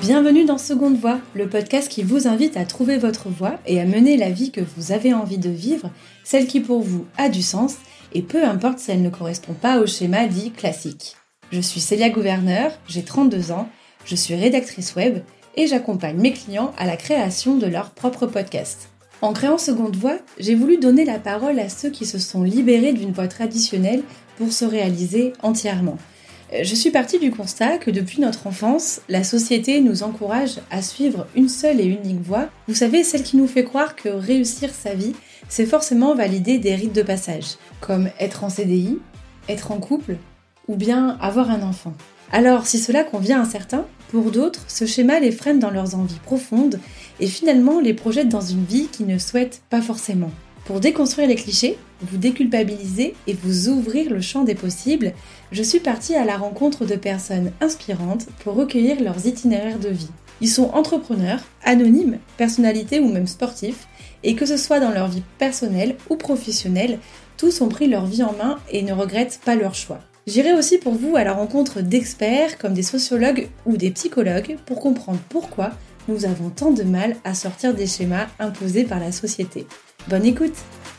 Bienvenue dans Seconde Voix, le podcast qui vous invite à trouver votre voie et à mener la vie que vous avez envie de vivre, celle qui pour vous a du sens, et peu importe si elle ne correspond pas au schéma dit classique. Je suis Célia Gouverneur, j'ai 32 ans, je suis rédactrice web et j'accompagne mes clients à la création de leur propre podcast. En créant Seconde Voix, j'ai voulu donner la parole à ceux qui se sont libérés d'une voie traditionnelle pour se réaliser entièrement. Je suis partie du constat que depuis notre enfance, la société nous encourage à suivre une seule et unique voie. Vous savez, celle qui nous fait croire que réussir sa vie, c'est forcément valider des rites de passage, comme être en CDI, être en couple, ou bien avoir un enfant. Alors, si cela convient à certains, pour d'autres, ce schéma les freine dans leurs envies profondes et finalement les projette dans une vie qu'ils ne souhaitent pas forcément. Pour déconstruire les clichés, vous déculpabiliser et vous ouvrir le champ des possibles, je suis partie à la rencontre de personnes inspirantes pour recueillir leurs itinéraires de vie. Ils sont entrepreneurs, anonymes, personnalités ou même sportifs, et que ce soit dans leur vie personnelle ou professionnelle, tous ont pris leur vie en main et ne regrettent pas leur choix. J'irai aussi pour vous à la rencontre d'experts comme des sociologues ou des psychologues pour comprendre pourquoi nous avons tant de mal à sortir des schémas imposés par la société. Bonne écoute!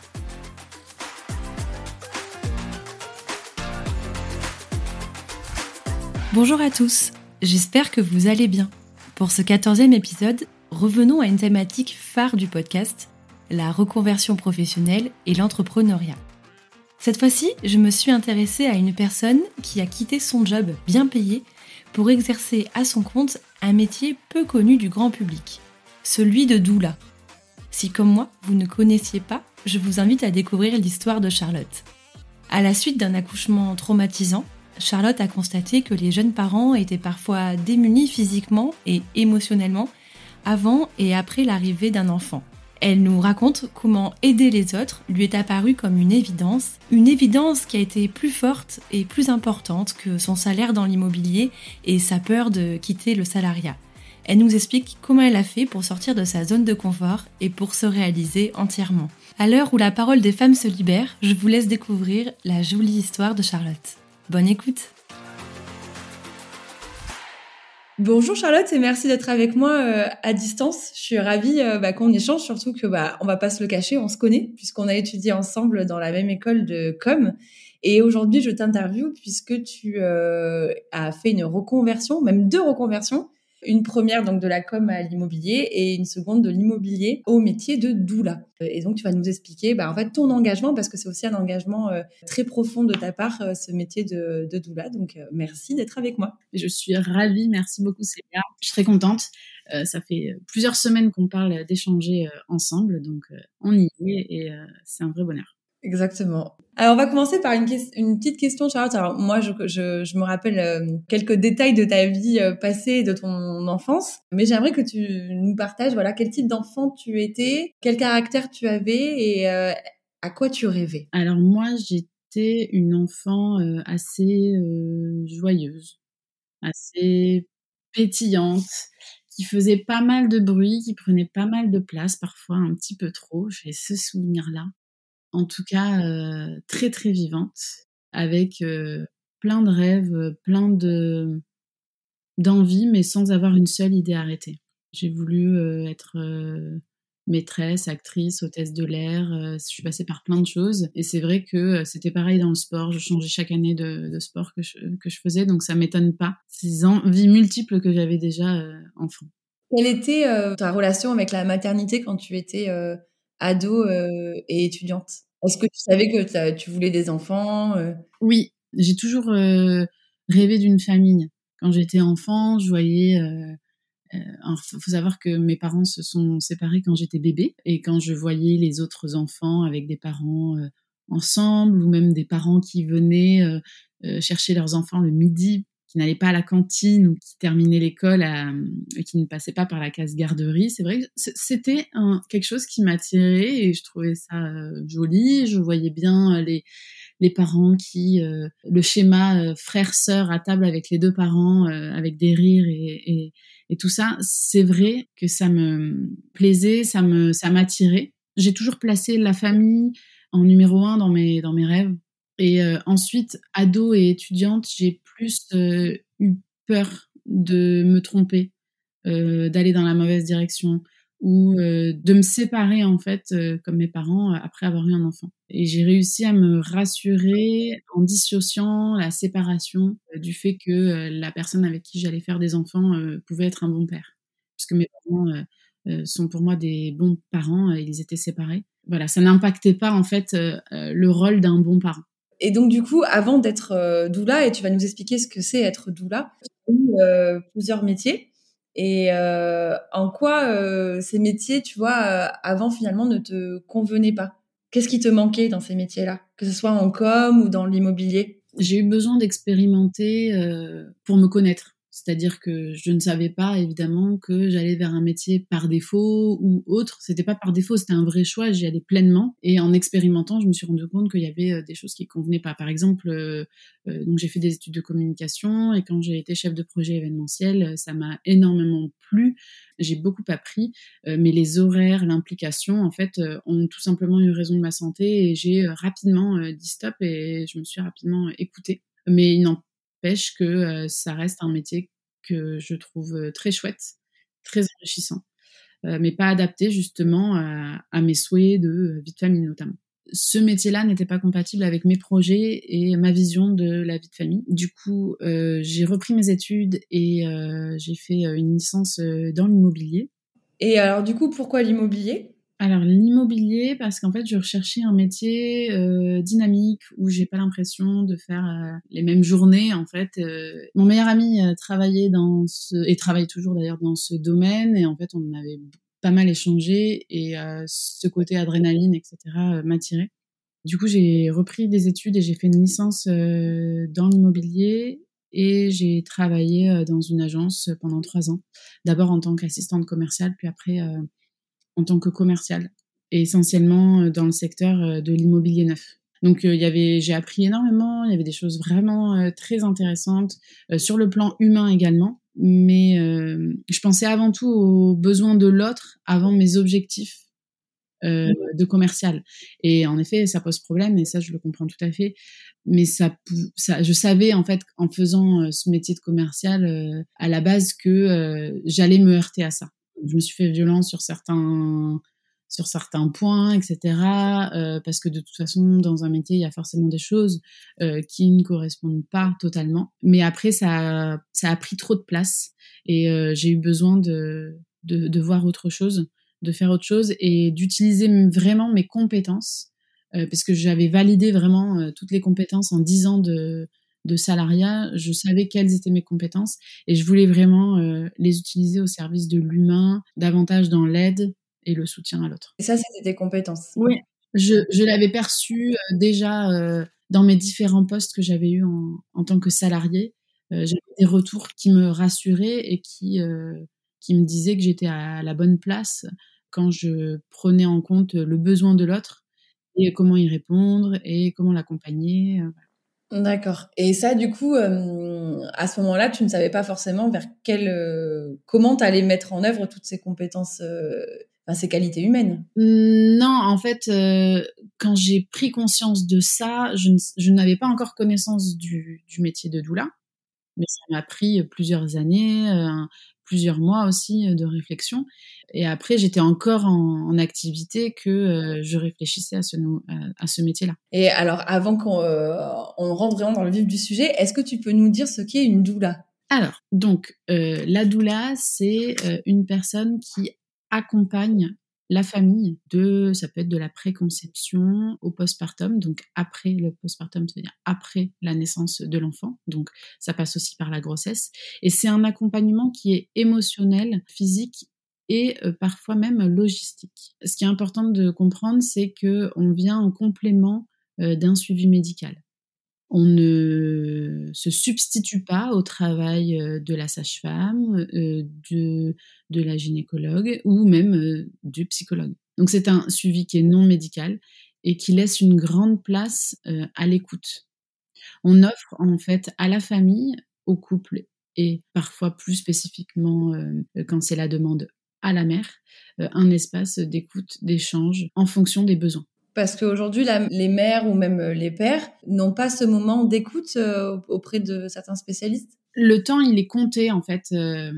Bonjour à tous, j'espère que vous allez bien. Pour ce 14e épisode, revenons à une thématique phare du podcast, la reconversion professionnelle et l'entrepreneuriat. Cette fois-ci, je me suis intéressée à une personne qui a quitté son job bien payé pour exercer à son compte un métier peu connu du grand public, celui de doula. Si comme moi, vous ne connaissiez pas, je vous invite à découvrir l'histoire de Charlotte. À la suite d'un accouchement traumatisant, Charlotte a constaté que les jeunes parents étaient parfois démunis physiquement et émotionnellement avant et après l'arrivée d'un enfant. Elle nous raconte comment aider les autres lui est apparu comme une évidence qui a été plus forte et plus importante que son salaire dans l'immobilier et sa peur de quitter le salariat. Elle nous explique comment elle a fait pour sortir de sa zone de confort et pour se réaliser entièrement. À l'heure où la parole des femmes se libère, je vous laisse découvrir la jolie histoire de Charlotte. Bonne écoute! Bonjour Charlotte et merci d'être avec moi à distance. Je suis ravie qu'on échange, surtout que on va pas se le cacher, on se connaît puisqu'on a étudié ensemble dans la même école de com. Et aujourd'hui, je t'interviewe puisque tu as fait une reconversion, même 2 reconversions. Une première donc de la com à l'immobilier et une seconde de l'immobilier au métier de doula. Et donc tu vas nous expliquer en fait ton engagement parce que c'est aussi un engagement très profond de ta part ce métier de doula. Donc merci d'être avec moi. Je suis ravie, merci beaucoup Célia. Je suis très contente. Ça fait plusieurs semaines qu'on parle d'échanger ensemble, donc on y est et c'est un vrai bonheur. Exactement. Alors, on va commencer par une petite question, Charlotte. Alors, moi, je me rappelle quelques détails de ta vie passée et de ton enfance, mais j'aimerais que tu nous partages, quel type d'enfant tu étais, quel caractère tu avais et à quoi tu rêvais. Alors, moi, j'étais une enfant assez joyeuse, assez pétillante, qui faisait pas mal de bruit, qui prenait pas mal de place, parfois un petit peu trop. J'ai ce souvenir-là. En tout cas, très, très vivante, avec plein de rêves, plein d'envies, mais sans avoir une seule idée arrêtée. J'ai voulu être maîtresse, actrice, hôtesse de l'air. Je suis passée par plein de choses. Et c'est vrai que c'était pareil dans le sport. Je changeais chaque année de sport que je faisais, donc ça m'étonne pas. Ces envies multiples que j'avais déjà enfant. Quelle était ta relation avec la maternité quand tu étais ado et étudiante? Est-ce que tu savais que tu voulais des enfants Oui, j'ai toujours rêvé d'une famille. Quand j'étais enfant, je voyais... alors, faut savoir que mes parents se sont séparés quand j'étais bébé. Et quand je voyais les autres enfants avec des parents ensemble, ou même des parents qui venaient chercher leurs enfants le midi, qui n'allaient pas à la cantine ou qui terminaient l'école et qui ne passaient pas par la case garderie, c'est vrai que c'était quelque chose qui m'attirait et je trouvais ça joli. Je voyais bien les parents qui le schéma frère-sœur à table avec les 2 parents avec des rires et tout ça, c'est vrai que ça me plaisait, ça m'attirait. J'ai toujours placé la famille en numéro 1 dans mes rêves. Et ensuite, ado et étudiante, j'ai plus eu peur de me tromper, d'aller dans la mauvaise direction ou de me séparer en fait comme mes parents après avoir eu un enfant. Et j'ai réussi à me rassurer en dissociant la séparation du fait que la personne avec qui j'allais faire des enfants pouvait être un bon père. Puisque mes parents sont pour moi des bons parents, ils étaient séparés. Voilà, ça n'impactait pas en fait le rôle d'un bon parent. Et donc, du coup, avant d'être doula, et tu vas nous expliquer ce que c'est être doula, tu as eu plusieurs métiers. Et en quoi ces métiers, tu vois, avant finalement ne te convenaient pas? Qu'est-ce qui te manquait dans ces métiers-là? Que ce soit en com ou dans l'immobilier? J'ai eu besoin d'expérimenter pour me connaître. C'est-à-dire que je ne savais pas, évidemment, que j'allais vers un métier par défaut ou autre. C'était pas par défaut, c'était un vrai choix. J'y allais pleinement. Et en expérimentant, je me suis rendu compte qu'il y avait des choses qui convenaient pas. Par exemple, donc j'ai fait des études de communication et quand j'ai été chef de projet événementiel, ça m'a énormément plu. J'ai beaucoup appris, mais les horaires, l'implication, en fait, ont tout simplement eu raison de ma santé et j'ai rapidement dit stop et je me suis rapidement écoutée. Mais il n'empêche que ça reste un métier que je trouve très chouette, très enrichissant, mais pas adapté justement à mes souhaits de vie de famille notamment. Ce métier-là n'était pas compatible avec mes projets et ma vision de la vie de famille. Du coup, j'ai repris mes études et j'ai fait une licence dans l'immobilier. Et alors, du coup, pourquoi l'immobilier? Alors, l'immobilier, parce qu'en fait, je recherchais un métier dynamique où j'ai pas l'impression de faire les mêmes journées. En fait, mon meilleur ami travaillait et travaille toujours d'ailleurs dans ce domaine. Et en fait, on en avait pas mal échangé et ce côté adrénaline, etc., m'attirait. Du coup, j'ai repris des études et j'ai fait une licence dans l'immobilier et j'ai travaillé dans une agence pendant 3 ans. D'abord en tant qu'assistante commerciale, puis après en tant que commerciale, et essentiellement dans le secteur de l'immobilier neuf. Donc j'ai appris énormément, il y avait des choses vraiment très intéressantes sur le plan humain également, mais je pensais avant tout aux besoins de l'autre avant mes objectifs de commercial. Et en effet, ça pose problème, et ça, je le comprends tout à fait. Mais je savais, en fait, en faisant ce métier de commercial, à la base, que j'allais me heurter à ça. Je me suis fait violence sur certains points, etc. Parce que de toute façon, dans un métier, il y a forcément des choses qui ne correspondent pas totalement. Mais après, ça a pris trop de place et j'ai eu besoin de voir autre chose, de faire autre chose et d'utiliser vraiment mes compétences, parce que j'avais validé vraiment toutes les compétences en 10 ans de salariat. Je savais quelles étaient mes compétences et je voulais vraiment les utiliser au service de l'humain, davantage dans l'aide et le soutien à l'autre. Et ça, c'était tes compétences. Oui, je l'avais perçu déjà dans mes différents postes que j'avais eus en tant que salariée. J'avais des retours qui me rassuraient et qui me disaient que j'étais à la bonne place quand je prenais en compte le besoin de l'autre et comment y répondre et comment l'accompagner. D'accord. Et ça, du coup, à ce moment-là, tu ne savais pas forcément comment tu allais mettre en œuvre toutes ces compétences, ces qualités humaines. Non, en fait, quand j'ai pris conscience de ça, je n'avais pas encore connaissance du métier de doula, mais ça m'a pris plusieurs années, plusieurs mois aussi de réflexion. Et après, j'étais encore en activité que je réfléchissais à ce métier-là. Et alors, avant on rentre vraiment dans le vif du sujet, est-ce que tu peux nous dire ce qu'est une doula? Alors, donc, la doula, c'est une personne qui accompagne la famille ça peut être de la préconception au postpartum, donc après le postpartum, c'est-à-dire après la naissance de l'enfant, donc ça passe aussi par la grossesse, et c'est un accompagnement qui est émotionnel, physique et parfois même logistique. Ce qui est important de comprendre, c'est qu'on vient en complément d'un suivi médical. On ne se substitue pas au travail de la sage-femme, de la gynécologue ou même du psychologue. Donc c'est un suivi qui est non médical et qui laisse une grande place à l'écoute. On offre en fait à la famille, au couple et parfois plus spécifiquement quand c'est la demande à la mère, un espace d'écoute, d'échange en fonction des besoins. Parce qu'aujourd'hui, les mères ou même les pères n'ont pas ce moment d'écoute auprès de certains spécialistes. Le temps, il est compté en fait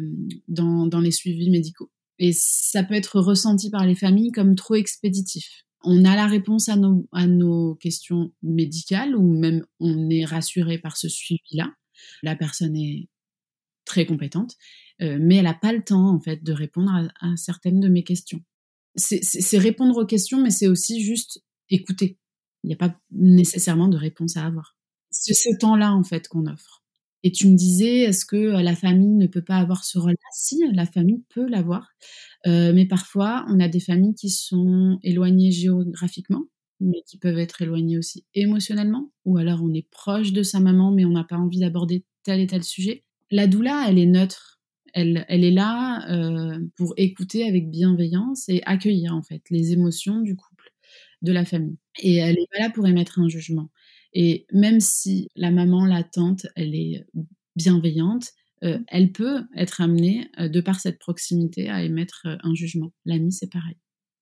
dans les suivis médicaux. Et ça peut être ressenti par les familles comme trop expéditif. On a la réponse à nos questions médicales ou même on est rassuré par ce suivi-là. La personne est très compétente, mais elle n'a pas le temps en fait de répondre à certaines de mes questions. C'est répondre aux questions, mais c'est aussi juste écouter. Il n'y a pas nécessairement de réponse à avoir. C'est ce temps-là en fait qu'on offre. Et tu me disais, est-ce que la famille ne peut pas avoir ce rôle-là? Si, la famille peut l'avoir, mais parfois on a des familles qui sont éloignées géographiquement, mais qui peuvent être éloignées aussi émotionnellement, ou alors on est proche de sa maman, mais on n'a pas envie d'aborder tel et tel sujet. La doula, elle est neutre. Elle est là pour écouter avec bienveillance et accueillir en fait les émotions du couple, de la famille. Et elle n'est pas là pour émettre un jugement. Et même si la maman, la tante, elle est bienveillante, elle peut être amenée, de par cette proximité, à émettre un jugement. L'amie, c'est pareil.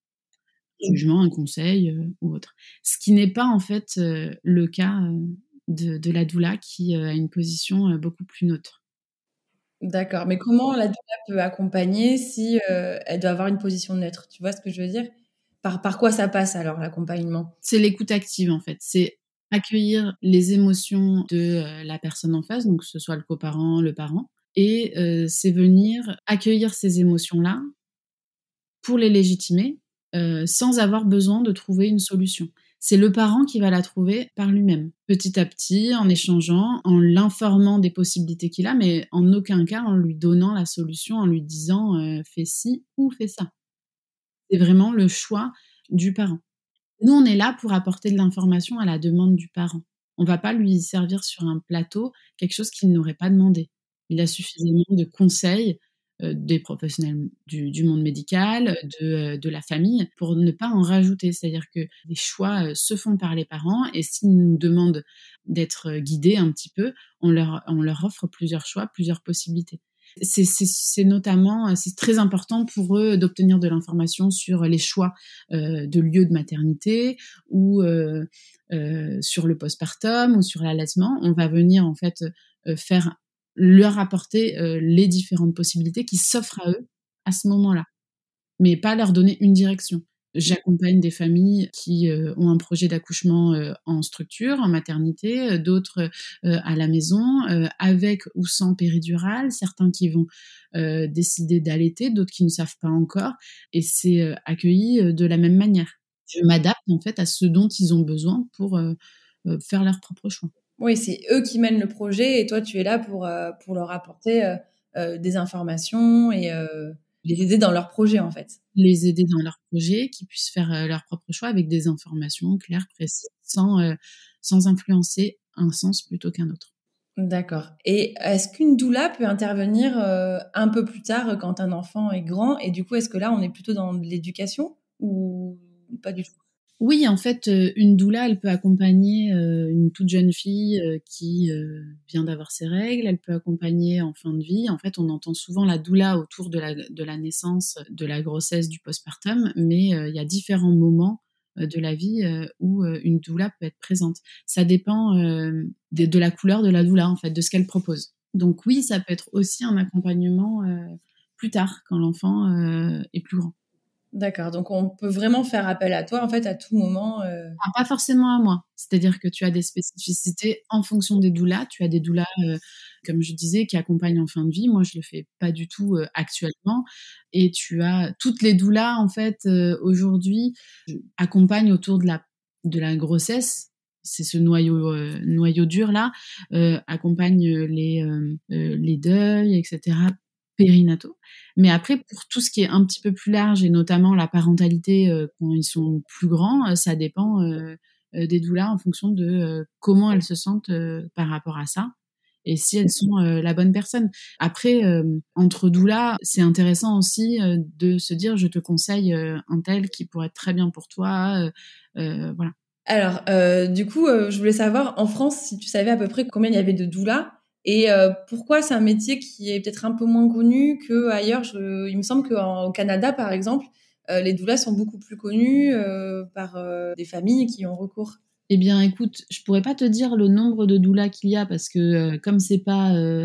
Un jugement, un conseil ou autre. Ce qui n'est pas en fait le cas de la doula qui a une position beaucoup plus neutre. D'accord, mais comment la doula peut accompagner si elle doit avoir une position neutre? Tu vois ce que je veux dire? Par quoi ça passe alors l'accompagnement? C'est l'écoute active en fait. C'est accueillir les émotions de la personne en face, donc que ce soit le coparent, le parent, et c'est venir accueillir ces émotions-là pour les légitimer, sans avoir besoin de trouver une solution. C'est le parent qui va la trouver par lui-même, petit à petit, en échangeant, en l'informant des possibilités qu'il a, mais en aucun cas en lui donnant la solution, en lui disant fais ci ou fais ça. C'est vraiment le choix du parent. Nous, on est là pour apporter de l'information à la demande du parent. On va pas lui servir sur un plateau quelque chose qu'il n'aurait pas demandé. Il a suffisamment de conseils, des professionnels du monde médical, de la famille pour ne pas en rajouter. C'est-à-dire que les choix, se font par les parents et s'ils nous demandent d'être, guidés un petit peu, on leur offre plusieurs choix, plusieurs possibilités. C'est notamment, c'est très important pour eux d'obtenir de l'information sur les choix de lieu de maternité ou sur le postpartum ou sur l'allaitement. On va venir en fait leur apporter les différentes possibilités qui s'offrent à eux à ce moment-là, mais pas leur donner une direction. J'accompagne des familles qui ont un projet d'accouchement en structure, en maternité, d'autres à la maison, avec ou sans péridurale, certains qui vont décider d'allaiter, d'autres qui ne savent pas encore, et c'est accueilli de la même manière. Je m'adapte en fait à ce dont ils ont besoin pour faire leur propre choix. Oui, c'est eux qui mènent le projet et toi, tu es là pour leur apporter des informations et les aider dans leur projet, en fait. Les aider dans leur projet, qu'ils puissent faire leur propre choix avec des informations claires, précises, sans influencer un sens plutôt qu'un autre. D'accord. Et est-ce qu'une doula peut intervenir un peu plus tard quand un enfant est grand? Et du coup, est-ce que là, on est plutôt dans de l'éducation ou pas du tout? Oui, en fait, une doula, elle peut accompagner une toute jeune fille qui vient d'avoir ses règles. Elle peut accompagner en fin de vie. En fait, on entend souvent la doula autour de la naissance, de la grossesse, du postpartum, mais il y a différents moments de la vie où une doula peut être présente. Ça dépend de la couleur de la doula, en fait, de ce qu'elle propose. Donc oui, ça peut être aussi un accompagnement plus tard, quand l'enfant est plus grand. D'accord. Donc, on peut vraiment faire appel à toi, en fait, à tout moment. Ah, pas forcément à moi. C'est-à-dire que tu as des spécificités en fonction des doulas. Tu as des doulas, comme je disais, qui accompagnent en fin de vie. Moi, je le fais pas du tout, actuellement, et tu as toutes les doulas, en fait, aujourd'hui, accompagnent autour de la grossesse. C'est ce noyau dur là, accompagnent les deuils et cetera, périnataux. Mais après, pour tout ce qui est un petit peu plus large et notamment la parentalité, quand ils sont plus grands, ça dépend des doulas en fonction de comment elles se sentent par rapport à ça et si elles sont la bonne personne. Après, entre doulas, c'est intéressant aussi de se dire je te conseille un tel qui pourrait être très bien pour toi. Voilà. Alors, du coup, je voulais savoir, en France, si tu savais à peu près combien il y avait de doulas et pourquoi c'est un métier qui est peut-être un peu moins connu qu'ailleurs. Il me semble qu'au Canada, par exemple, les doulas sont beaucoup plus connues par des familles qui ont recours. Eh bien, écoute, je pourrais pas te dire le nombre de doulas qu'il y a parce que comme c'est pas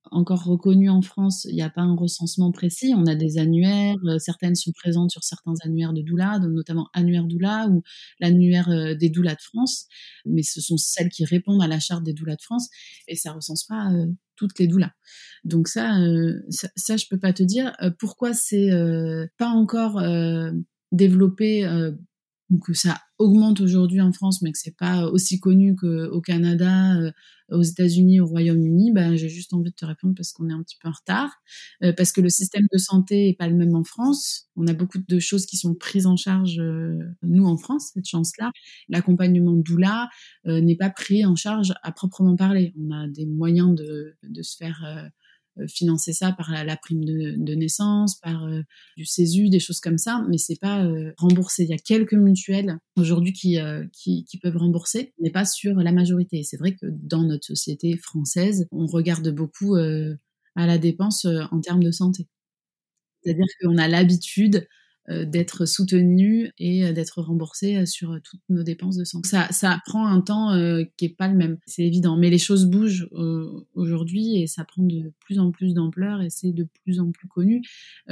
encore reconnues en France. Il n'y a pas un recensement précis. On a des annuaires, certaines sont présentes sur certains annuaires de doula, notamment Annuaire Doula ou l'annuaire des doulas de France, mais ce sont celles qui répondent à la charte des doulas de France et ça recense pas toutes les doulas. Donc ça, je peux pas te dire. Pourquoi c'est pas encore développé ou que ça augmente aujourd'hui en France, mais que c'est pas aussi connu qu'au Canada, aux États-Unis, au Royaume-Uni, ben, j'ai juste envie de te répondre parce qu'on est un petit peu en retard, parce que le système de santé est pas le même en France. On a beaucoup de choses qui sont prises en charge, nous, en France, cette chance-là. L'accompagnement doula n'est pas pris en charge à proprement parler. On a des moyens de se faire financer ça par la prime de naissance, par du CESU, des choses comme ça, mais c'est pas remboursé. Il y a quelques mutuelles aujourd'hui qui peuvent rembourser, mais pas sur la majorité. C'est vrai que dans notre société française, on regarde beaucoup à la dépense en termes de santé. C'est-à-dire qu'on a l'habitude d'être soutenu et d'être remboursé sur toutes nos dépenses de santé. Ça prend un temps qui est pas le même, c'est évident. Mais les choses bougent aujourd'hui et ça prend de plus en plus d'ampleur et c'est de plus en plus connu.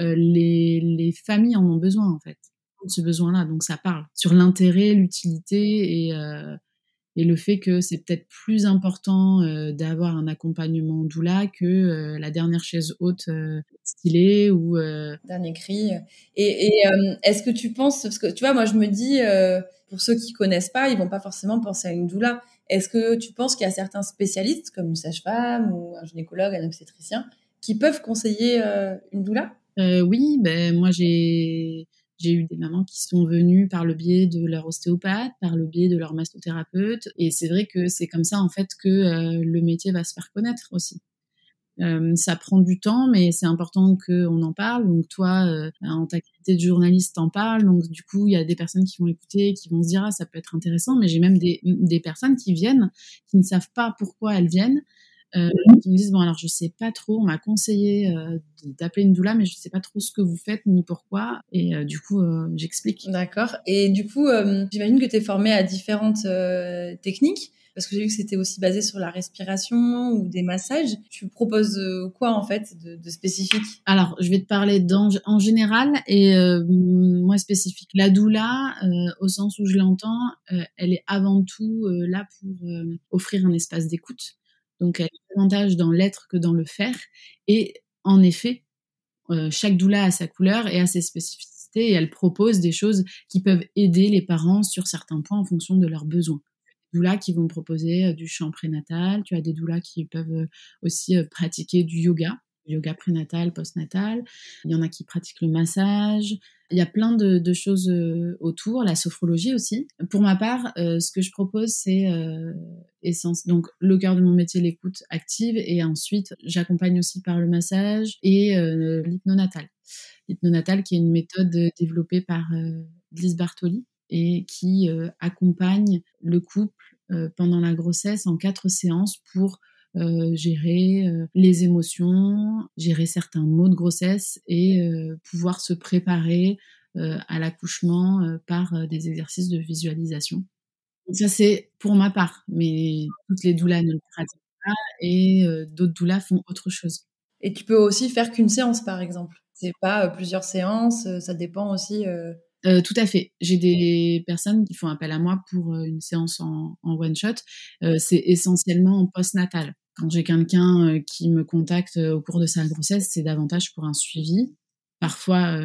Les familles en ont besoin en fait, de ce besoin-là. Donc ça parle sur l'intérêt, l'utilité et le fait que c'est peut-être plus important d'avoir un accompagnement doula que la dernière chaise haute stylée ou dernier cri. Et est-ce que tu penses, parce que tu vois, moi je me dis, pour ceux qui connaissent pas, ils vont pas forcément penser à une doula. Est-ce que tu penses qu'il y a certains spécialistes, comme une sage-femme ou un gynécologue, un obstétricien, qui peuvent conseiller une doula? Oui, ben moi j'ai eu des mamans qui sont venues par le biais de leur ostéopathe, par le biais de leur massothérapeute, et c'est vrai que c'est comme ça en fait que le métier va se faire connaître aussi. Ça prend du temps, mais c'est important qu'on en parle. Donc toi, en ta qualité de journaliste, t'en parles. Donc du coup, il y a des personnes qui vont écouter, qui vont se dire ah ça peut être intéressant. Mais j'ai même des personnes qui viennent, qui ne savent pas pourquoi elles viennent, qui me disent bon alors je sais pas trop, on m'a conseillé d'appeler une doula, mais je sais pas trop ce que vous faites ni pourquoi. Et du coup, j'explique. D'accord. Et du coup, j'imagine que tu es formée à différentes techniques, parce que j'ai vu que c'était aussi basé sur la respiration ou des massages. Tu proposes quoi en fait de spécifique? Alors, je vais te parler en général et moi spécifique. La doula, au sens où je l'entends, elle est avant tout là pour offrir un espace d'écoute. Donc, elle est davantage dans l'être que dans le faire. Et en effet, chaque doula a sa couleur et a ses spécificités et elle propose des choses qui peuvent aider les parents sur certains points en fonction de leurs besoins. Des doulas qui vont proposer du chant prénatal, tu as des doulas qui peuvent aussi pratiquer du yoga prénatal, postnatal. Il y en a qui pratiquent le massage. Il y a plein de choses autour, la sophrologie aussi. Pour ma part, ce que je propose, c'est donc le cœur de mon métier, l'écoute active, et ensuite j'accompagne aussi par le massage et l'hypnonatal. L'hypnonatal qui est une méthode développée par Lise Bartoli et qui accompagne le couple pendant la grossesse en 4 séances pour gérer les émotions, gérer certains maux de grossesse et pouvoir se préparer à l'accouchement par des exercices de visualisation. Donc ça, c'est pour ma part, mais toutes les doulas ne le pratiquent pas et d'autres doulas font autre chose. Et tu peux aussi faire qu'une séance, par exemple. C'est pas plusieurs séances, ça dépend aussi. Tout à fait. J'ai des personnes qui font appel à moi pour une séance en one shot. C'est essentiellement en postnatal. Quand j'ai quelqu'un qui me contacte au cours de sa grossesse, c'est davantage pour un suivi, parfois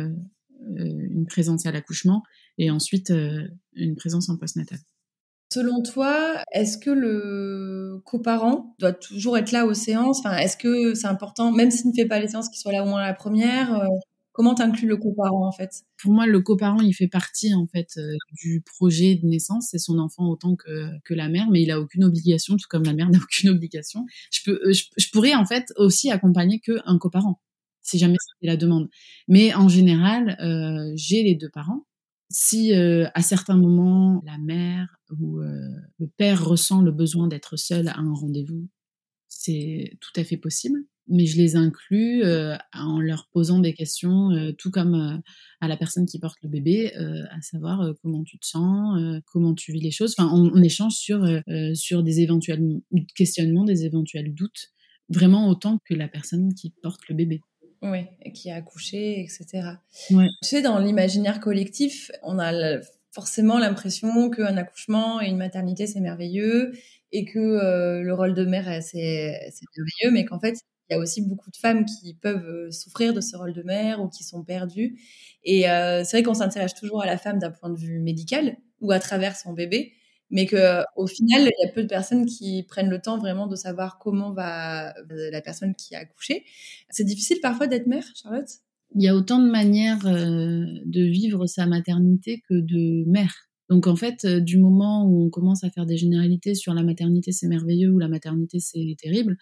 une présence à l'accouchement et ensuite une présence en postnatal. Selon toi, est-ce que le coparent doit toujours être là aux séances? Enfin, est-ce que c'est important, même s'il ne fait pas les séances, qu'il soit là au moins à la première? Comment t'inclus le coparent en fait? Pour moi, le coparent, il fait partie en fait du projet de naissance. C'est son enfant autant que la mère, mais il a aucune obligation, tout comme la mère n'a aucune obligation. Je pourrais en fait aussi accompagner qu'un coparent, si jamais c'était la demande. Mais en général, j'ai les 2 parents. Si à certains moments la mère ou le père ressent le besoin d'être seul à un rendez-vous, c'est tout à fait possible, mais je les inclus en leur posant des questions, tout comme à la personne qui porte le bébé, à savoir comment tu te sens, comment tu vis les choses. Enfin, on échange sur des éventuels questionnements, des éventuels doutes vraiment autant que la personne qui porte le bébé. Oui, qui a accouché, etc. Ouais. Tu sais, dans l'imaginaire collectif, on a forcément l'impression qu'un accouchement et une maternité, c'est merveilleux et que le rôle de mère, c'est merveilleux, mais qu'en fait, il y a aussi beaucoup de femmes qui peuvent souffrir de ce rôle de mère ou qui sont perdues. Et c'est vrai qu'on s'intéresse toujours à la femme d'un point de vue médical ou à travers son bébé, mais que au final, il y a peu de personnes qui prennent le temps vraiment de savoir comment va la personne qui a accouché. C'est difficile parfois d'être mère, Charlotte? Il y a autant de manières de vivre sa maternité que de mère. Donc en fait, du moment où on commence à faire des généralités sur la maternité c'est merveilleux ou la maternité c'est terrible,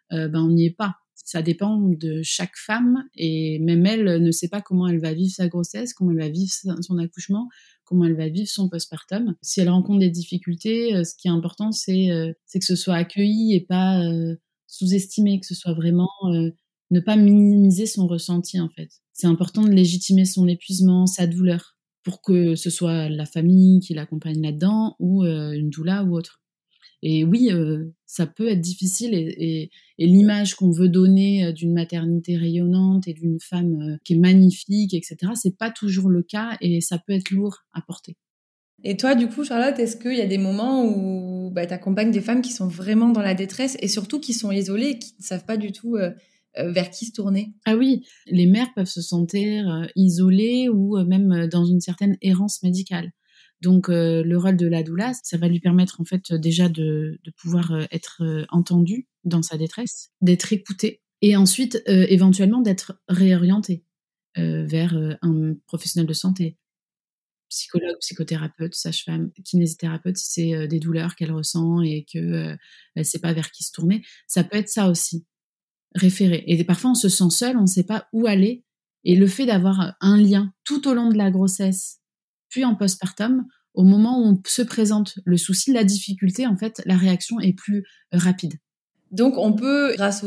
on n'y est pas. Ça dépend de chaque femme et même elle ne sait pas comment elle va vivre sa grossesse, comment elle va vivre son accouchement, comment elle va vivre son postpartum. Si elle rencontre des difficultés, ce qui est important, c'est que ce soit accueilli et pas sous-estimé, que ce soit vraiment ne pas minimiser son ressenti en fait. C'est important de légitimer son épuisement, sa douleur, pour que ce soit la famille qui l'accompagne là-dedans ou une doula ou autre. Et oui, ça peut être difficile et l'image qu'on veut donner d'une maternité rayonnante et d'une femme qui est magnifique, etc., c'est pas toujours le cas et ça peut être lourd à porter. Et toi, du coup, Charlotte, est-ce qu'il y a des moments où tu accompagnes des femmes qui sont vraiment dans la détresse et surtout qui sont isolées et qui ne savent pas du tout vers qui se tourner? Ah oui, les mères peuvent se sentir isolées ou même dans une certaine errance médicale. Donc le rôle de la doula, ça va lui permettre en fait déjà de pouvoir être entendue dans sa détresse, d'être écoutée et ensuite éventuellement d'être réorientée vers un professionnel de santé, psychologue, psychothérapeute, sage-femme, kinésithérapeute si c'est des douleurs qu'elle ressent et que elle sait pas vers qui se tourner. Ça peut être ça aussi, référer. Et parfois on se sent seul, on ne sait pas où aller. Et le fait d'avoir un lien tout au long de la grossesse, puis en postpartum, au moment où on se présente le souci, la difficulté, en fait, la réaction est plus rapide. Donc, on peut, grâce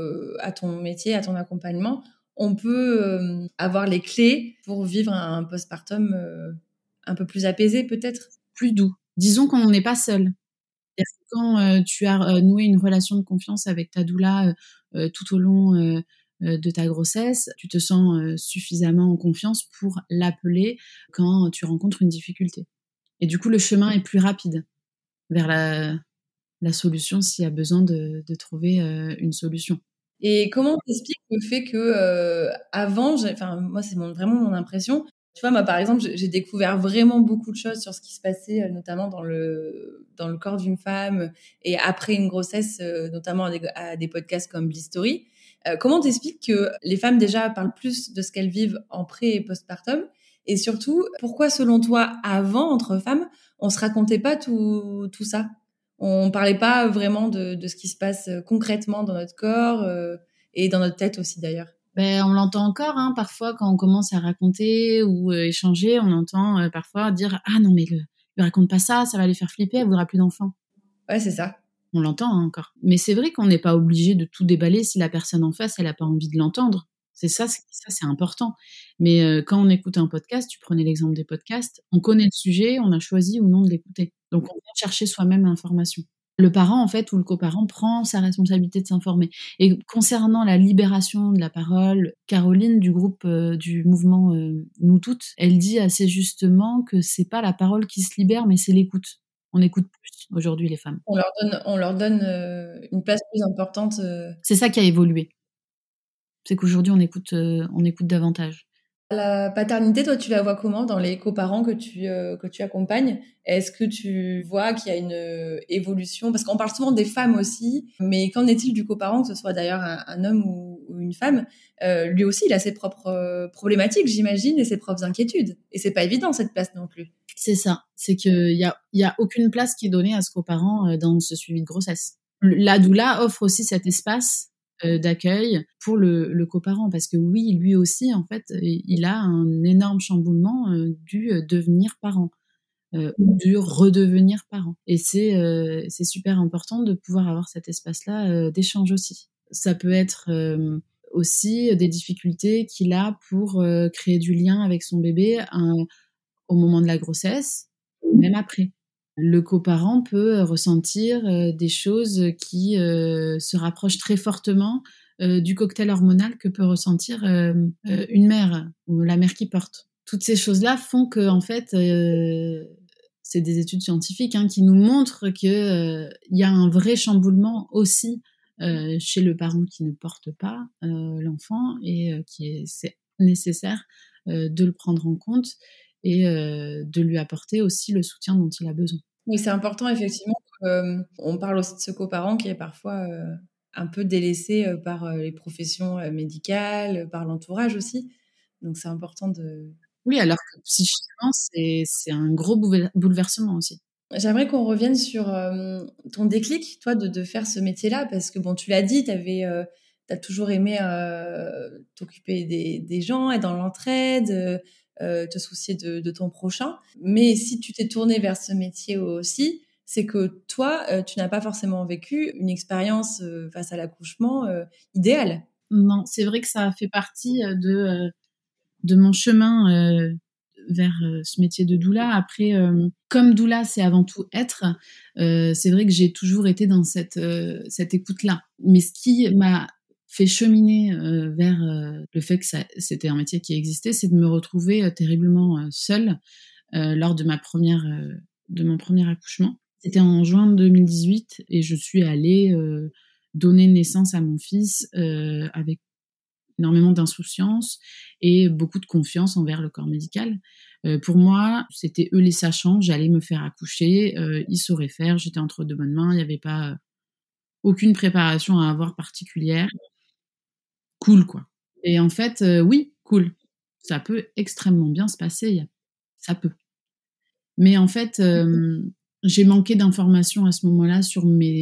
à ton métier, à ton accompagnement, on peut avoir les clés pour vivre un postpartum un peu plus apaisé, peut-être? Plus doux. Disons qu'on n'est pas seul. C'est-à-dire que quand tu as noué une relation de confiance avec ta doula tout au long de ta grossesse, tu te sens suffisamment en confiance pour l'appeler quand tu rencontres une difficulté. Et du coup, le chemin est plus rapide vers la solution s'il y a besoin de trouver une solution. Et comment t'expliques le fait que avant, enfin moi c'est vraiment mon impression. Tu vois, moi par exemple, j'ai découvert vraiment beaucoup de choses sur ce qui se passait, notamment dans le corps d'une femme et après une grossesse, notamment à des podcasts comme Blistory. Comment t'expliques que les femmes déjà parlent plus de ce qu'elles vivent en pré et postpartum, et surtout pourquoi selon toi avant entre femmes on se racontait pas tout ça? On parlait pas vraiment de ce qui se passe concrètement dans notre corps et dans notre tête aussi d'ailleurs. Ben, on l'entend encore, hein, parfois quand on commence à raconter ou échanger, on entend parfois dire ah non mais lui raconte pas ça, ça va lui faire flipper, elle voudra plus d'enfants. Ouais, c'est ça. On l'entend hein, encore. Mais c'est vrai qu'on n'est pas obligé de tout déballer si la personne en face elle a pas envie de l'entendre. C'est ça, c'est important. Mais quand on écoute un podcast, tu prenais l'exemple des podcasts, on connaît le sujet, on a choisi ou non de l'écouter. Donc on vient chercher soi-même l'information. Le parent, en fait, ou le coparent prend sa responsabilité de s'informer. Et concernant la libération de la parole, Caroline du groupe du mouvement Nous Toutes, elle dit assez justement que c'est pas la parole qui se libère, mais c'est l'écoute. On écoute plus aujourd'hui les femmes. On leur donne une place plus importante. C'est ça qui a évolué. C'est qu'aujourd'hui on écoute davantage. La paternité, toi, tu la vois comment dans les coparents que tu accompagnes? Est-ce que tu vois qu'il y a une évolution? Parce qu'on parle souvent des femmes aussi, mais qu'en est-il du coparent, que ce soit d'ailleurs un homme ou une femme? Lui aussi, il a ses propres problématiques, j'imagine, et ses propres inquiétudes. Et c'est pas évident, cette place non plus. C'est ça, c'est qu'il y a aucune place qui est donnée à ce coparent dans ce suivi de grossesse. La doula offre aussi cet espace d'accueil pour le coparent parce que oui, lui aussi, en fait, il a un énorme chamboulement du devenir parent ou du redevenir parent. Et c'est super important de pouvoir avoir cet espace-là d'échange aussi. Ça peut être aussi des difficultés qu'il a pour créer du lien avec son bébé au moment de la grossesse, même après. Le coparent peut ressentir des choses qui se rapprochent très fortement du cocktail hormonal que peut ressentir une mère ou la mère qui porte. Toutes ces choses-là font que, en fait, c'est des études scientifiques qui nous montrent qu'il y a un vrai chamboulement aussi chez le parent qui ne porte pas l'enfant et c'est nécessaire de le prendre en compte et de lui apporter aussi le soutien dont il a besoin. Oui, c'est important effectivement on parle aussi de ce coparent qui est parfois, un peu délaissé, par, les professions, médicales, par l'entourage aussi. Donc c'est important de Oui, alors que psychiquement, c'est un gros bouleversement aussi. J'aimerais qu'on revienne sur, ton déclic, toi, de faire ce métier-là parce que bon, tu l'as dit, tu toujours aimé, t'occuper des gens, être dans l'entraide, te soucier de ton prochain. Mais si tu t'es tournée vers ce métier aussi, c'est que toi, tu n'as pas forcément vécu une expérience, face à l'accouchement, idéale. Non, c'est vrai que ça a fait partie, de mon chemin, vers, ce métier de doula. Après, comme doula, c'est avant tout être, c'est vrai que j'ai toujours été dans cette écoute-là. Mais ce qui m'a fait cheminer, vers, le fait que c'était un métier qui existait, c'est de me retrouver, terriblement, seule, lors de mon premier accouchement. C'était en juin 2018 et je suis allée, donner naissance à mon fils, avec énormément d'insouciance et beaucoup de confiance envers le corps médical. Pour moi, c'était eux les sachants, j'allais me faire accoucher, ils sauraient faire, j'étais entre de bonnes mains, il n'y avait pas aucune préparation à avoir particulière. Cool, quoi. Et en fait, oui, cool. Ça peut extrêmement bien se passer, ça peut. Mais en fait, j'ai manqué d'informations à ce moment-là sur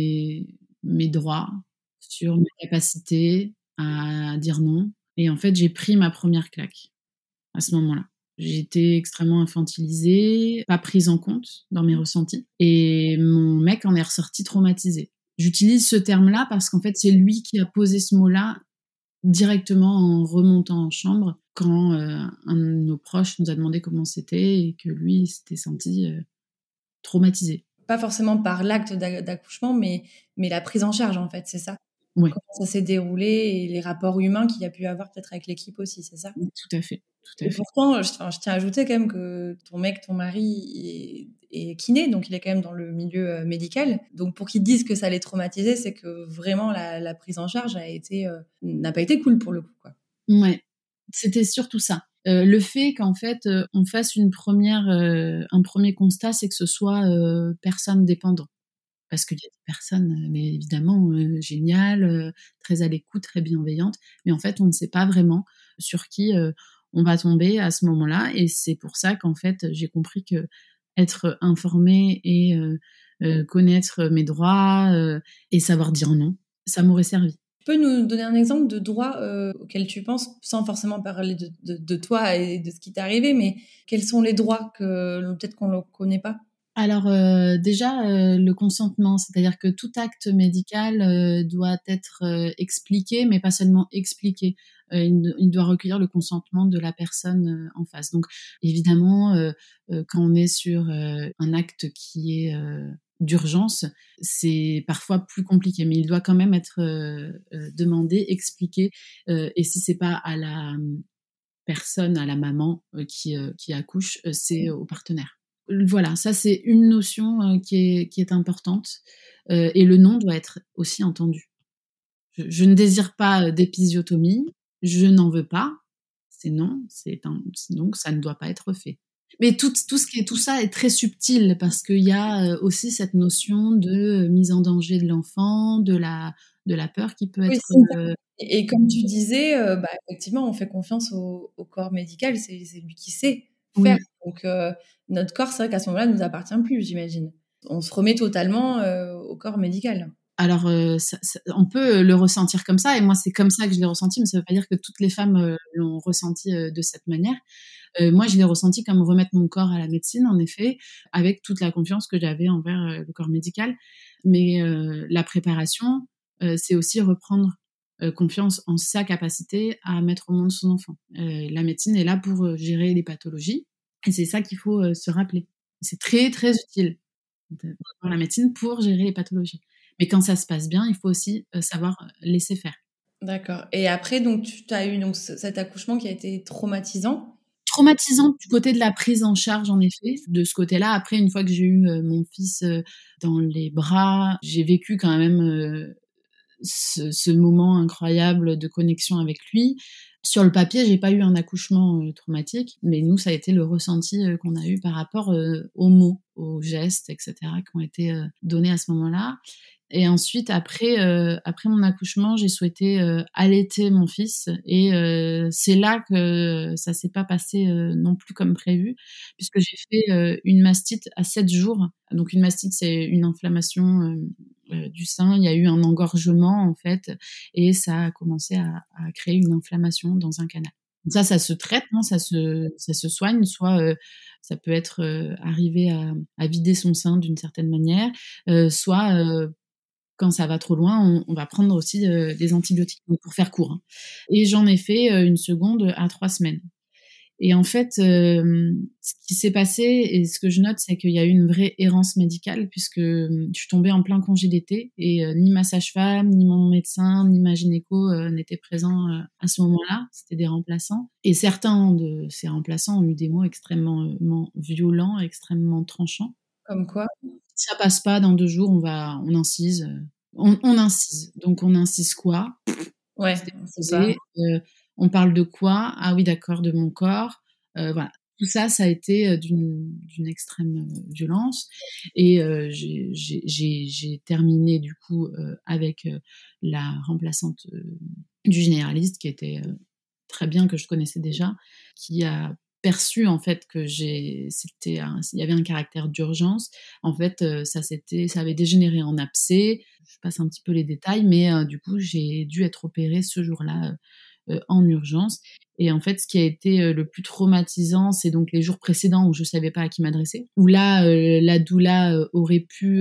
mes droits, sur mes capacités à dire non. Et en fait, j'ai pris ma première claque à ce moment-là. J'ai été extrêmement infantilisée, pas prise en compte dans mes ressentis. Et mon mec en est ressorti traumatisé. J'utilise ce terme-là parce qu'en fait, c'est lui qui a posé ce mot-là directement en remontant en chambre quand un de nos proches nous a demandé comment c'était et que lui s'était senti traumatisé. Pas forcément par l'acte d'accouchement, mais la prise en charge, en fait, c'est ça? Oui, Comment ça s'est déroulé et les rapports humains qu'il y a pu avoir peut-être avec l'équipe aussi, c'est ça? tout à fait, tout à Et fait. pourtant, je tiens à ajouter quand même que ton mec, ton mari est kiné, donc il est quand même dans le milieu, médical. Donc pour qu'ils disent que ça l'ait traumatisé, c'est que vraiment la prise en charge n'a pas été cool pour le coup, quoi. Ouais, c'était surtout ça. Le fait qu'en fait, on fasse un premier constat, c'est que ce soit, personne dépendant. Parce qu'il y a des personnes, mais évidemment, géniales, très à l'écoute, très bienveillantes, mais en fait, on ne sait pas vraiment sur qui, on va tomber à ce moment-là et c'est pour ça qu'en fait, j'ai compris qu'être informée et connaître mes droits, et savoir dire non, ça m'aurait servi. Tu peux nous donner un exemple de droit, auquel tu penses, sans forcément parler de toi et de ce qui t'est arrivé, mais quels sont les droits que peut-être qu'on ne connaît pas? Alors, déjà, le consentement, c'est-à-dire que tout acte médical, doit être, expliqué, mais pas seulement expliqué. Il doit recueillir le consentement de la personne, en face. Donc évidemment, quand on est sur, un acte qui est, d'urgence, c'est parfois plus compliqué, mais il doit quand même être, demandé, expliqué, et si c'est pas à la, personne, à la maman, qui accouche, c'est au partenaire. Voilà, ça c'est une notion, qui est importante, et le non doit être aussi entendu. Je ne désire pas, d'épisiotomie, je n'en veux pas, c'est non, donc ça ne doit pas être fait. Mais tout ça est très subtil parce qu'il y a, aussi cette notion de, mise en danger de l'enfant, de la peur qui peut Oui, être, c'est ça. Et comme tu disais, bah, effectivement, on fait confiance au corps médical, c'est lui qui sait faire. oui. Donc notre corps, c'est vrai qu'à ce moment-là, ne nous appartient plus, j'imagine. On se remet totalement, au corps médical. Alors, on peut le ressentir comme ça et moi, c'est comme ça que je l'ai ressenti, mais ça veut pas dire que toutes les femmes, l'ont ressenti, de cette manière. Moi, je l'ai ressenti comme remettre mon corps à la médecine, en effet, avec toute la confiance que j'avais envers, le corps médical. Mais, la préparation, c'est aussi reprendre, confiance en sa capacité à mettre au monde son enfant. La médecine est là pour, gérer les pathologies et c'est ça qu'il faut, se rappeler. C'est très, très utile. dans la médecine pour gérer les pathologies. Mais quand ça se passe bien, il faut aussi savoir laisser faire. D'accord. Et après, donc, tu as eu donc, cet accouchement qui a été traumatisant. Traumatisant du côté de la prise en charge, en effet. De ce côté-là, après, une fois que j'ai eu mon fils dans les bras, j'ai vécu quand même ce moment incroyable de connexion avec lui. Sur le papier, j'ai pas eu un accouchement traumatique, mais nous, ça a été le ressenti qu'on a eu par rapport aux mots, aux gestes, etc., qui ont été donnés à ce moment-là. Et ensuite, après mon accouchement, j'ai souhaité allaiter mon fils. Et c'est là que ça s'est pas passé non plus comme prévu, puisque j'ai fait une mastite à 7 jours. Donc une mastite, c'est une inflammation du sein. Il y a eu un engorgement, en fait, et ça a commencé à créer une inflammation dans un canal. Donc ça se traite, hein, ça se soigne. Soit ça peut être arriver à vider son sein d'une certaine manière, soit quand ça va trop loin, on va prendre aussi des antibiotiques, donc pour faire court. Hein. Et j'en ai fait une seconde à 3 semaines. Et en fait, ce qui s'est passé et ce que je note, c'est qu'il y a eu une vraie errance médicale puisque je suis tombée en plein congé d'été et ni ma sage-femme, ni mon médecin, ni ma gynéco n'étaient présents à ce moment-là. C'était des remplaçants. Et certains de ces remplaçants ont eu des mots extrêmement violents, extrêmement tranchants. Comme quoi? Si ça passe pas dans 2 jours, on incise. On incise. Donc on incise quoi? Ouais, C'était c'est ça. posé. On parle de quoi? Ah oui, d'accord, de mon corps. Voilà. Tout ça, ça a été d'une extrême violence. Et j'ai terminé du coup avec la remplaçante du généraliste qui était très bien, que je connaissais déjà, qui a perçu en fait que il y avait un caractère d'urgence. En fait, ça avait dégénéré en abcès. Je passe un petit peu les détails, mais du coup, j'ai dû être opérée ce jour-là en urgence. Et en fait, ce qui a été le plus traumatisant, c'est donc les jours précédents où je savais pas à qui m'adresser, où là, la doula aurait pu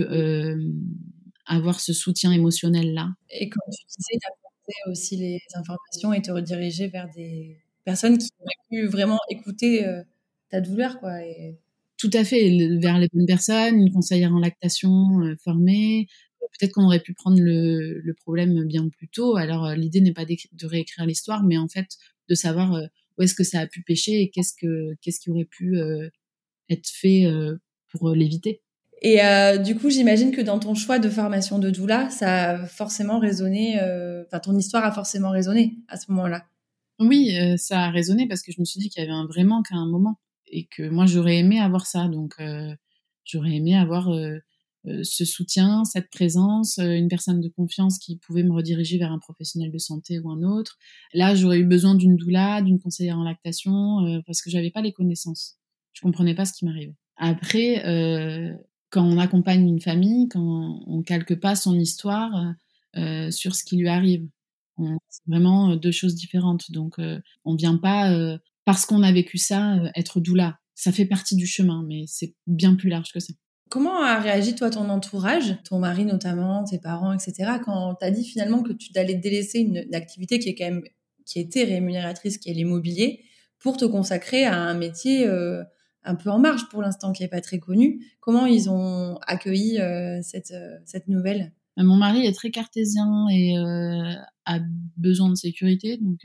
avoir ce soutien émotionnel-là. Et comme tu disais, d'apporter aussi les informations et te rediriger vers des personnes qui auraient pu vraiment écouter ta douleur, quoi. Et... Tout à fait, vers les bonnes personnes, une conseillère en lactation formée. Peut-être qu'on aurait pu prendre le problème bien plus tôt. Alors, l'idée n'est pas de réécrire l'histoire, mais en fait, de savoir où est-ce que ça a pu pêcher et qu'est-ce qui aurait pu être fait pour l'éviter. Et du coup, j'imagine que dans ton choix de formation de doula, ça a forcément résonné, enfin, ton histoire a forcément résonné à ce moment-là. Oui, ça a résonné parce que je me suis dit qu'il y avait un vrai manque à un moment et que moi, j'aurais aimé avoir ça. Donc, j'aurais aimé avoir ce soutien, cette présence, une personne de confiance qui pouvait me rediriger vers un professionnel de santé ou un autre. Là, j'aurais eu besoin d'une doula, d'une conseillère en lactation, parce que j'avais pas les connaissances. Je comprenais pas ce qui m'arrivait. Après, quand on accompagne une famille, quand on calque pas son histoire sur ce qui lui arrive. C'est vraiment 2 choses différentes. Donc, on vient pas parce qu'on a vécu ça être doula. Ça fait partie du chemin, mais c'est bien plus large que ça. Comment a réagi, toi, ton entourage, ton mari notamment, tes parents, etc., quand t'as dit finalement que tu allais délaisser une activité qui est quand même, qui était rémunératrice, qui est l'immobilier, pour te consacrer à un métier un peu en marge pour l'instant, qui est pas très connu. Comment ils ont accueilli cette nouvelle? Mon mari est très cartésien et a besoin de sécurité, donc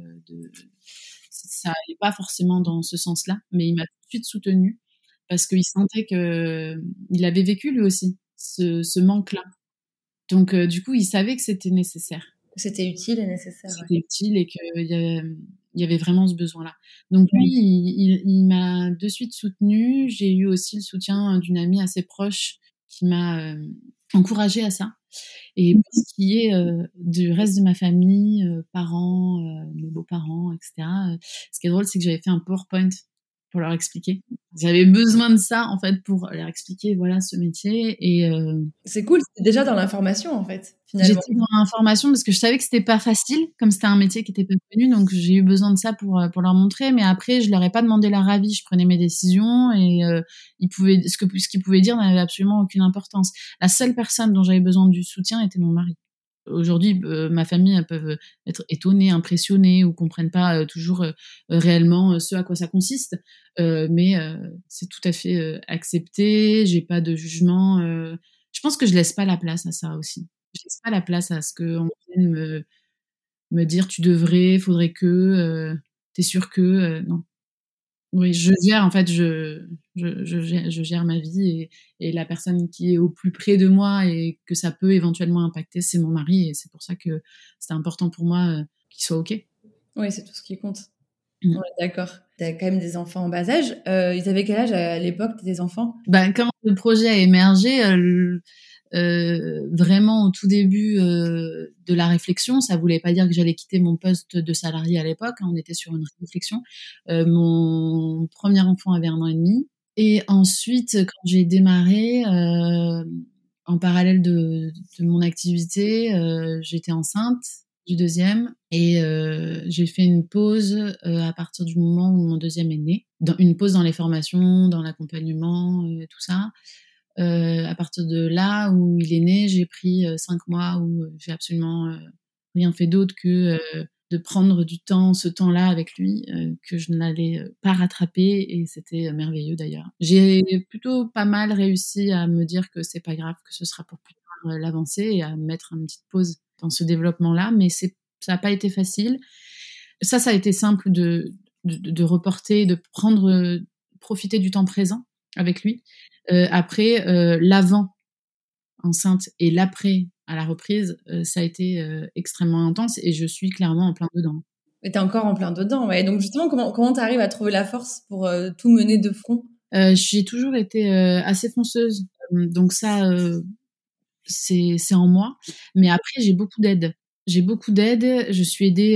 ça allait pas forcément dans ce sens-là, mais il m'a tout de suite soutenue parce qu'il sentait qu'il avait vécu lui aussi ce manque-là. Donc du coup, il savait que c'était nécessaire. C'était utile et nécessaire, ouais. C'était utile et il y avait vraiment ce besoin-là. Donc lui, il m'a de suite soutenue. J'ai eu aussi le soutien d'une amie assez proche qui m'a encouragée à ça. Et pour ce qui est du reste de ma famille, parents, mes beaux-parents, etc., ce qui est drôle, c'est que j'avais fait un PowerPoint pour leur expliquer. J'avais besoin de ça, en fait, pour leur expliquer, voilà, ce métier. Et C'est cool, c'était déjà dans l'information, en fait, finalement. j'étais dans l'information parce que je savais que c'était pas facile, comme c'était un métier qui était pas connu, donc j'ai eu besoin de ça pour leur montrer. Mais après, je leur ai pas demandé leur avis, je prenais mes décisions et ce qu'ils pouvaient dire n'avait absolument aucune importance. La seule personne dont j'avais besoin du soutien était mon mari. Aujourd'hui, ma famille, elles peuvent être étonnées, impressionnées ou comprennent pas toujours réellement ce à quoi ça consiste. Mais c'est tout à fait accepté. J'ai pas de jugement. Je pense que je laisse pas la place à ça aussi. Je laisse pas la place à ce qu'on vienne me dire tu devrais, faudrait que, t'es sûr que, non. Oui, je gère en fait, je gère ma vie et la personne qui est au plus près de moi et que ça peut éventuellement impacter, c'est mon mari et c'est pour ça que c'est important pour moi, qu'il soit OK. Oui, c'est tout ce qui compte. Mmh. Ouais, d'accord. Tu as quand même des enfants en bas âge. Ils avaient quel âge à l'époque, tes enfants? Ben, quand le projet a émergé, vraiment au tout début, de la réflexion, ça voulait pas dire que j'allais quitter mon poste de salarié à l'époque, hein, on était sur une réflexion. Mon premier enfant avait 1 an et demi et ensuite, quand j'ai démarré, en parallèle de mon activité, j'étais enceinte du deuxième et j'ai fait une pause, à partir du moment où mon deuxième est né. Une pause dans les formations, dans l'accompagnement, tout ça. À partir de là où il est né, j'ai pris 5 mois où j'ai absolument rien fait d'autre que de prendre du temps, ce temps-là avec lui, que je n'allais pas rattraper et c'était merveilleux d'ailleurs. J'ai plutôt pas mal réussi à me dire que c'est pas grave, que ce sera pour plus tard l'avancée et à mettre une petite pause dans ce développement-là, mais ça n'a pas été facile. Ça a été simple de reporter, de prendre, profiter du temps présent avec lui. Après, l'avant enceinte et l'après à la reprise, ça a été extrêmement intense et je suis clairement en plein dedans. Et tu es encore en plein dedans, ouais. Donc justement, comment tu arrives à trouver la force pour tout mener de front? J'ai toujours été assez fonceuse, donc ça, c'est en moi. Mais après, j'ai beaucoup d'aide. J'ai beaucoup d'aide. Je suis aidée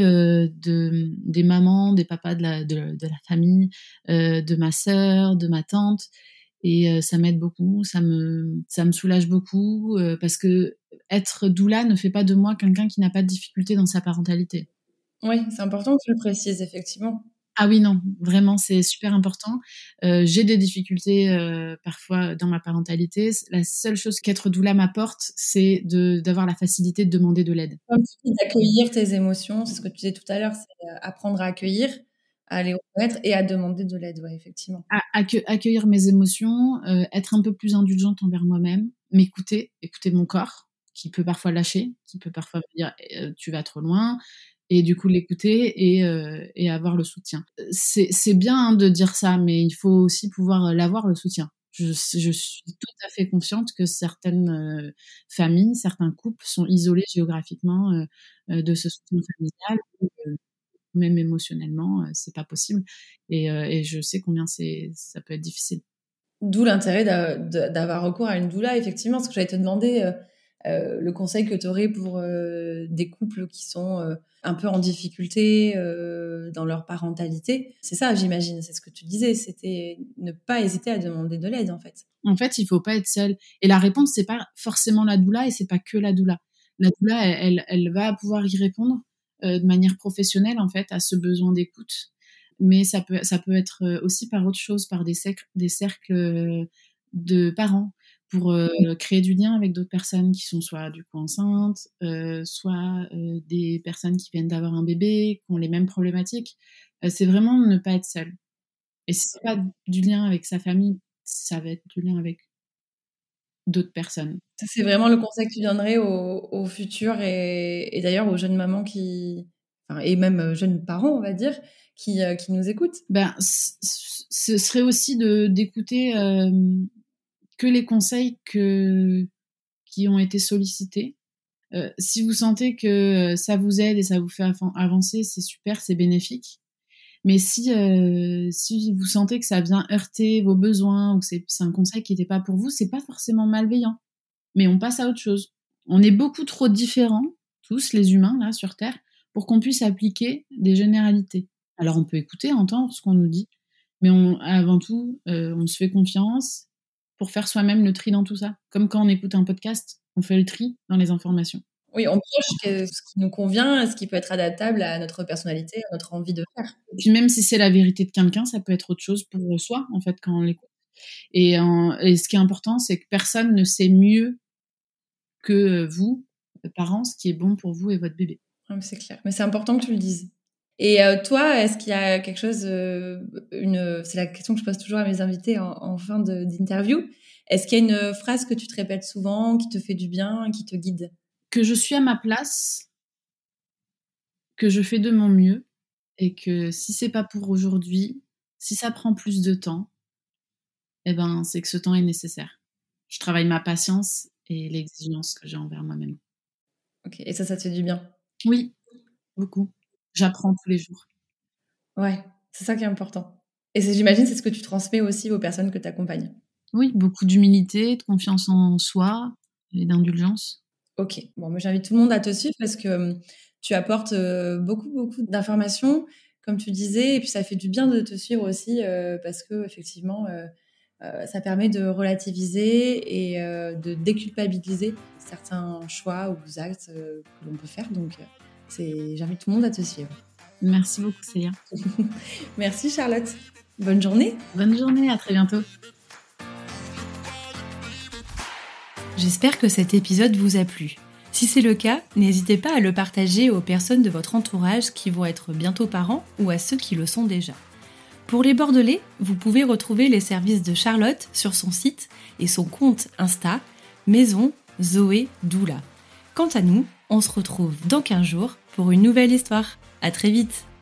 des mamans, des papas de la famille, de ma sœur, de ma tante. Et ça m'aide beaucoup, ça me soulage beaucoup parce que être doula ne fait pas de moi quelqu'un qui n'a pas de difficulté dans sa parentalité. Oui, c'est important que tu le précises, effectivement. Ah oui, non, vraiment, c'est super important. J'ai des difficultés parfois dans ma parentalité. La seule chose qu'être doula m'apporte, c'est d'avoir la facilité de demander de l'aide. Comme tu dis, d'accueillir tes émotions, c'est ce que tu disais tout à l'heure, c'est apprendre à accueillir, à les reconnaître et à demander de l'aide, ouais, effectivement. Accueillir mes émotions, être un peu plus indulgente envers moi-même, m'écouter, écouter mon corps, qui peut parfois lâcher, qui peut parfois me dire tu vas trop loin, et du coup l'écouter et avoir le soutien. C'est bien hein, de dire ça, mais il faut aussi pouvoir l'avoir le soutien. Je suis tout à fait consciente que certaines familles, certains couples sont isolés géographiquement de ce soutien familial. Même émotionnellement, c'est pas possible et je sais combien ça peut être difficile. D'où l'intérêt d'avoir recours à une doula, effectivement, parce que j'allais te demander le conseil que tu aurais pour des couples qui sont un peu en difficulté dans leur parentalité. C'est ça, j'imagine, c'est ce que tu disais, c'était ne pas hésiter à demander de l'aide, en fait. En fait, il faut pas être seul et la réponse, c'est pas forcément la doula et c'est pas que la doula. La doula, elle va pouvoir y répondre, de manière professionnelle, en fait, à ce besoin d'écoute, mais ça peut être, aussi par autre chose, par des cercles, de parents pour, créer du lien avec d'autres personnes qui sont soit, du coup, enceintes, soit, des personnes qui viennent d'avoir un bébé, qui ont les mêmes problématiques. C'est vraiment ne pas être seul et si c'est pas du lien avec sa famille, ça va être du lien avec d'autres personnes. Ça, c'est vraiment le conseil que tu donnerais aux futurs et d'ailleurs aux jeunes mamans enfin, et même jeunes parents, on va dire, qui nous écoutent. Ben, ce serait aussi d'écouter que les conseils qui ont été sollicités. Si vous sentez que ça vous aide et ça vous fait avancer, c'est super, c'est bénéfique. Mais si vous sentez que ça vient heurter vos besoins ou que c'est un conseil qui n'était pas pour vous, c'est pas forcément malveillant. Mais on passe à autre chose. On est beaucoup trop différents, tous les humains là sur Terre, pour qu'on puisse appliquer des généralités. Alors on peut écouter, entendre ce qu'on nous dit, mais avant tout, on se fait confiance pour faire soi-même le tri dans tout ça. Comme quand on écoute un podcast, on fait le tri dans les informations. Oui, on pioche ce qui nous convient, ce qui peut être adaptable à notre personnalité, à notre envie de faire. Et puis même si c'est la vérité de quelqu'un, ça peut être autre chose pour soi, en fait, quand on l'écoute. Et ce qui est important, c'est que personne ne sait mieux que vous parents ce qui est bon pour vous et votre bébé. Ouais, c'est clair. Mais c'est important que tu le dises. Et toi, est-ce qu'il y a quelque chose, c'est la question que je pose toujours à mes invités en fin d'interview. Est-ce qu'il y a une phrase que tu te répètes souvent, qui te fait du bien, qui te guide? Que je suis à ma place, que je fais de mon mieux et que si c'est pas pour aujourd'hui, si ça prend plus de temps, c'est que ce temps est nécessaire. Je travaille ma patience et l'exigence que j'ai envers moi-même. Ok, et ça te fait du bien? Oui, beaucoup. J'apprends tous les jours. Ouais, c'est ça qui est important. Et j'imagine, c'est ce que tu transmets aussi aux personnes que tu accompagnes. Oui, beaucoup d'humilité, de confiance en soi et d'indulgence. Ok, bon, moi j'invite tout le monde à te suivre parce que tu apportes beaucoup d'informations, comme tu disais, et puis ça fait du bien de te suivre aussi parce que effectivement, ça permet de relativiser et de déculpabiliser certains choix ou actes que l'on peut faire. Donc, j'invite tout le monde à te suivre. Merci beaucoup, Célia. Merci, Charlotte. Bonne journée. Bonne journée, à très bientôt. J'espère que cet épisode vous a plu. Si c'est le cas, n'hésitez pas à le partager aux personnes de votre entourage qui vont être bientôt parents ou à ceux qui le sont déjà. Pour les Bordelais, vous pouvez retrouver les services de Charlotte sur son site et son compte Insta, Maison Zoé Doula. Quant à nous, on se retrouve dans 15 jours pour une nouvelle histoire. À très vite!